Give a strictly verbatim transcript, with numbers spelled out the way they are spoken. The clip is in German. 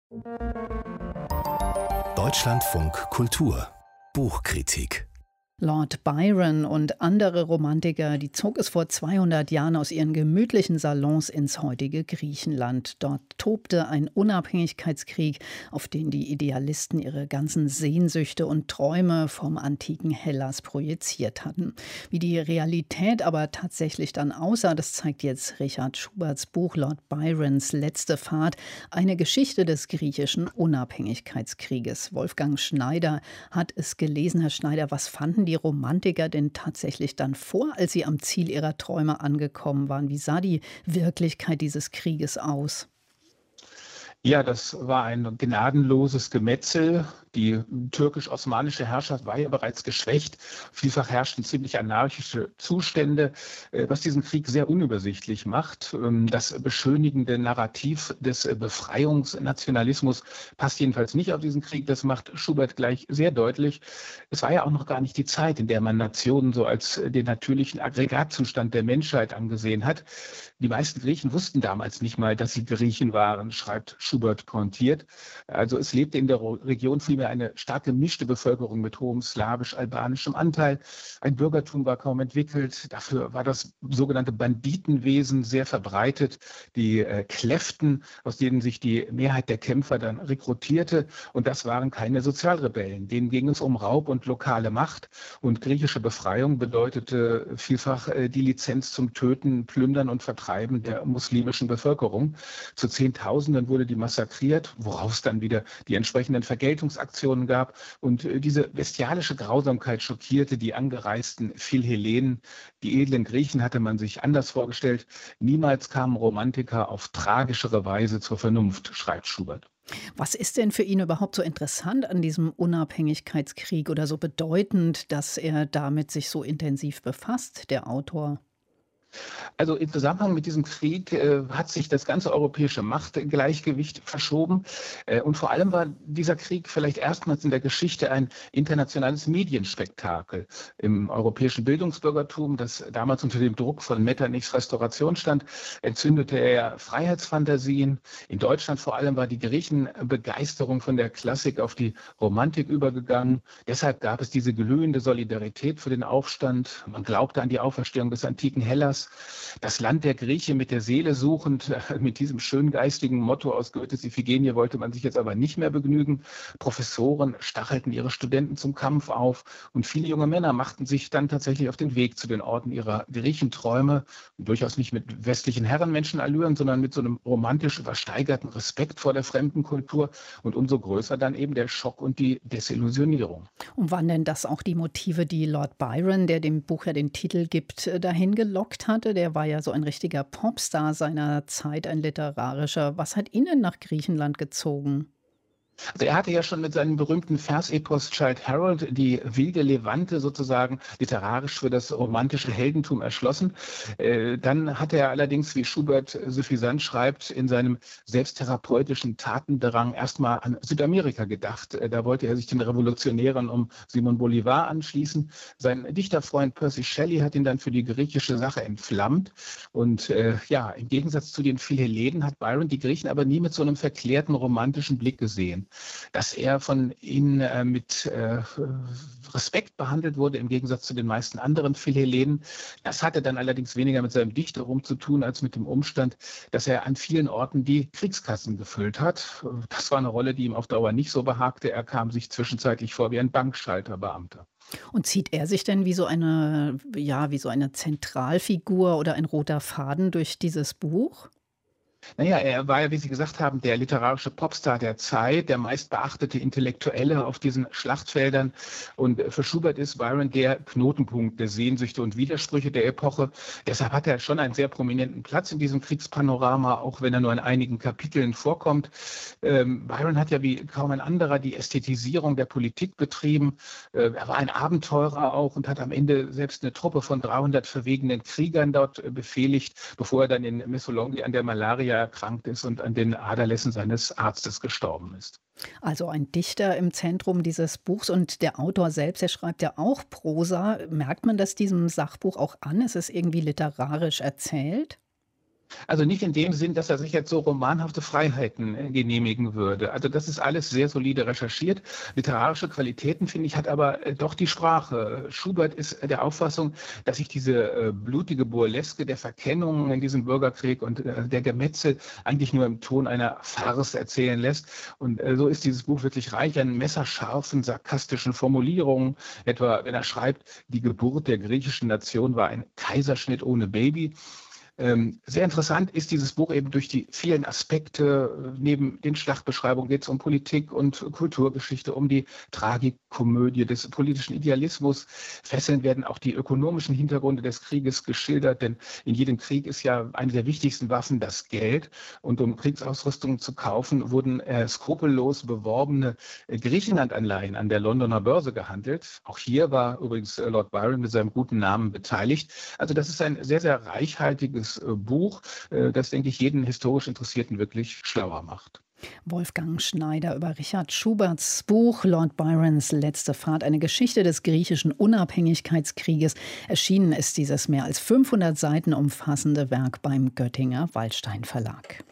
Deutschlandfunk Kultur Buchkritik. Lord Byron und andere Romantiker, die zog es vor zweihundert Jahren aus ihren gemütlichen Salons ins heutige Griechenland. Dort tobte ein Unabhängigkeitskrieg, auf den die Idealisten ihre ganzen Sehnsüchte und Träume vom antiken Hellas projiziert hatten. Wie die Realität aber tatsächlich dann aussah, das zeigt jetzt Richard Schuberts Buch Lord Byrons letzte Fahrt, eine Geschichte des griechischen Unabhängigkeitskrieges. Wolfgang Schneider hat es gelesen. Herr Schneider, was fanden die die Romantiker denn tatsächlich dann vor, als sie am Ziel ihrer Träume angekommen waren? Wie sah die Wirklichkeit dieses Krieges aus? Ja, das war ein gnadenloses Gemetzel. Die türkisch-osmanische Herrschaft war ja bereits geschwächt. Vielfach herrschten ziemlich anarchische Zustände, was diesen Krieg sehr unübersichtlich macht. Das beschönigende Narrativ des Befreiungsnationalismus passt jedenfalls nicht auf diesen Krieg. Das macht Schubert gleich sehr deutlich. Es war ja auch noch gar nicht die Zeit, in der man Nationen so als den natürlichen Aggregatzustand der Menschheit angesehen hat. Die meisten Griechen wussten damals nicht mal, dass sie Griechen waren, schreibt Schubert pointiert. Also es lebte in der Region vielmehr eine stark gemischte Bevölkerung mit hohem slawisch-albanischem Anteil. Ein Bürgertum war kaum entwickelt. Dafür war das sogenannte Banditenwesen sehr verbreitet. Die äh, Kleften, aus denen sich die Mehrheit der Kämpfer dann rekrutierte. Und das waren keine Sozialrebellen. Denen ging es um Raub und lokale Macht. Und griechische Befreiung bedeutete vielfach äh, die Lizenz zum Töten, Plündern und Vertreiben der muslimischen Bevölkerung. Zu Zehntausenden wurde die massakriert, worauf es dann wieder die entsprechenden Vergeltungsaktionen gab. Und diese bestialische Grausamkeit schockierte die angereisten Philhellenen. Die edlen Griechen hatte man sich anders vorgestellt. Niemals kamen Romantiker auf tragischere Weise zur Vernunft, schreibt Schubert. Was ist denn für ihn überhaupt so interessant an diesem Unabhängigkeitskrieg oder so bedeutend, dass er damit sich so intensiv befasst, der Autor? Also im Zusammenhang mit diesem Krieg äh, hat sich das ganze europäische Machtgleichgewicht verschoben. Äh, und vor allem war dieser Krieg vielleicht erstmals in der Geschichte ein internationales Medienspektakel. Im europäischen Bildungsbürgertum, das damals unter dem Druck von Metternichs Restauration stand, entzündete er Freiheitsfantasien. In Deutschland vor allem war die Griechenbegeisterung von der Klassik auf die Romantik übergegangen. Deshalb gab es diese glühende Solidarität für den Aufstand. Man glaubte an die Auferstehung des antiken Hellas. Das Land der Grieche mit der Seele suchend, mit diesem schöngeistigen Motto aus Goethes Iphigenie wollte man sich jetzt aber nicht mehr begnügen. Professoren stachelten ihre Studenten zum Kampf auf und viele junge Männer machten sich dann tatsächlich auf den Weg zu den Orten ihrer Griechenträume. Durchaus nicht mit westlichen Herrenmenschenallüren, sondern mit so einem romantisch übersteigerten Respekt vor der fremden Kultur und umso größer dann eben der Schock und die Desillusionierung. Und waren denn das auch die Motive, die Lord Byron, der dem Buch ja den Titel gibt, dahin gelockt hat? Hatte. Der war ja so ein richtiger Popstar seiner Zeit, ein literarischer. Was hat ihn denn nach Griechenland gezogen? Also er hatte ja schon mit seinem berühmten Versepos Childe Harold die wilde Levante sozusagen literarisch für das romantische Heldentum erschlossen. Äh, dann hatte er allerdings, wie Schubert suffisant schreibt, in seinem selbsttherapeutischen Tatendrang erstmal an Südamerika gedacht. Äh, da wollte er sich den Revolutionären um Simon Bolivar anschließen. Sein Dichterfreund Percy Shelley hat ihn dann für die griechische Sache entflammt. Und äh, ja, im Gegensatz zu den Philhellenen hat Byron die Griechen aber nie mit so einem verklärten romantischen Blick gesehen. Dass er von ihnen äh, mit äh, Respekt behandelt wurde, im Gegensatz zu den meisten anderen Philhellenen. Das hatte dann allerdings weniger mit seinem Dichtertum zu tun, als mit dem Umstand, dass er an vielen Orten die Kriegskassen gefüllt hat. Das war eine Rolle, die ihm auf Dauer nicht so behagte. Er kam sich zwischenzeitlich vor wie ein Bankschalterbeamter. Und zieht er sich denn wie so eine, ja, wie so eine Zentralfigur oder ein roter Faden durch dieses Buch? Naja, er war ja, wie Sie gesagt haben, der literarische Popstar der Zeit, der meistbeachtete Intellektuelle auf diesen Schlachtfeldern. Und für Schubert ist Byron der Knotenpunkt der Sehnsüchte und Widersprüche der Epoche. Deshalb hat er schon einen sehr prominenten Platz in diesem Kriegspanorama, auch wenn er nur in einigen Kapiteln vorkommt. Ähm, Byron hat ja wie kaum ein anderer die Ästhetisierung der Politik betrieben. Äh, er war ein Abenteurer auch und hat am Ende selbst eine Truppe von dreihundert verwegenen Kriegern dort äh, befehligt, bevor er dann in Missolonghi an der Malaria erkrankt ist und an den Aderlässen seines Arztes gestorben ist. Also ein Dichter im Zentrum dieses Buchs und der Autor selbst, der schreibt ja auch Prosa. Merkt man das diesem Sachbuch auch an? Ist es irgendwie literarisch erzählt? Also nicht in dem Sinn, dass er sich jetzt so romanhafte Freiheiten äh, genehmigen würde. Also das ist alles sehr solide recherchiert. Literarische Qualitäten, finde ich, hat aber äh, doch die Sprache. Schubert ist äh, der Auffassung, dass sich diese äh, blutige Burleske der Verkennung in diesem Bürgerkrieg und äh, der Gemetzel eigentlich nur im Ton einer Farce erzählen lässt. Und äh, so ist dieses Buch wirklich reich an messerscharfen, sarkastischen Formulierungen. Etwa, wenn er schreibt, die Geburt der griechischen Nation war ein Kaiserschnitt ohne Baby. Ähm, sehr interessant ist dieses Buch eben durch die vielen Aspekte. Neben den Schlachtbeschreibungen geht es um Politik und Kulturgeschichte, um die Tragikomödie des politischen Idealismus. Fesselnd werden auch die ökonomischen Hintergründe des Krieges geschildert, denn in jedem Krieg ist ja eine der wichtigsten Waffen das Geld. Und um Kriegsausrüstung zu kaufen, wurden äh, skrupellos beworbene äh, Griechenland-Anleihen an der Londoner Börse gehandelt. Auch hier war übrigens äh, Lord Byron mit seinem guten Namen beteiligt. Also das ist ein sehr, sehr reichhaltiges Buch, das, denke ich, jeden historisch Interessierten wirklich schlauer macht. Wolfgang Schneider über Richard Schuberts Buch Lord Byrons letzte Fahrt, eine Geschichte des griechischen Unabhängigkeitskrieges. Erschienen ist dieses mehr als fünfhundert Seiten umfassende Werk beim Göttinger Waldstein Verlag.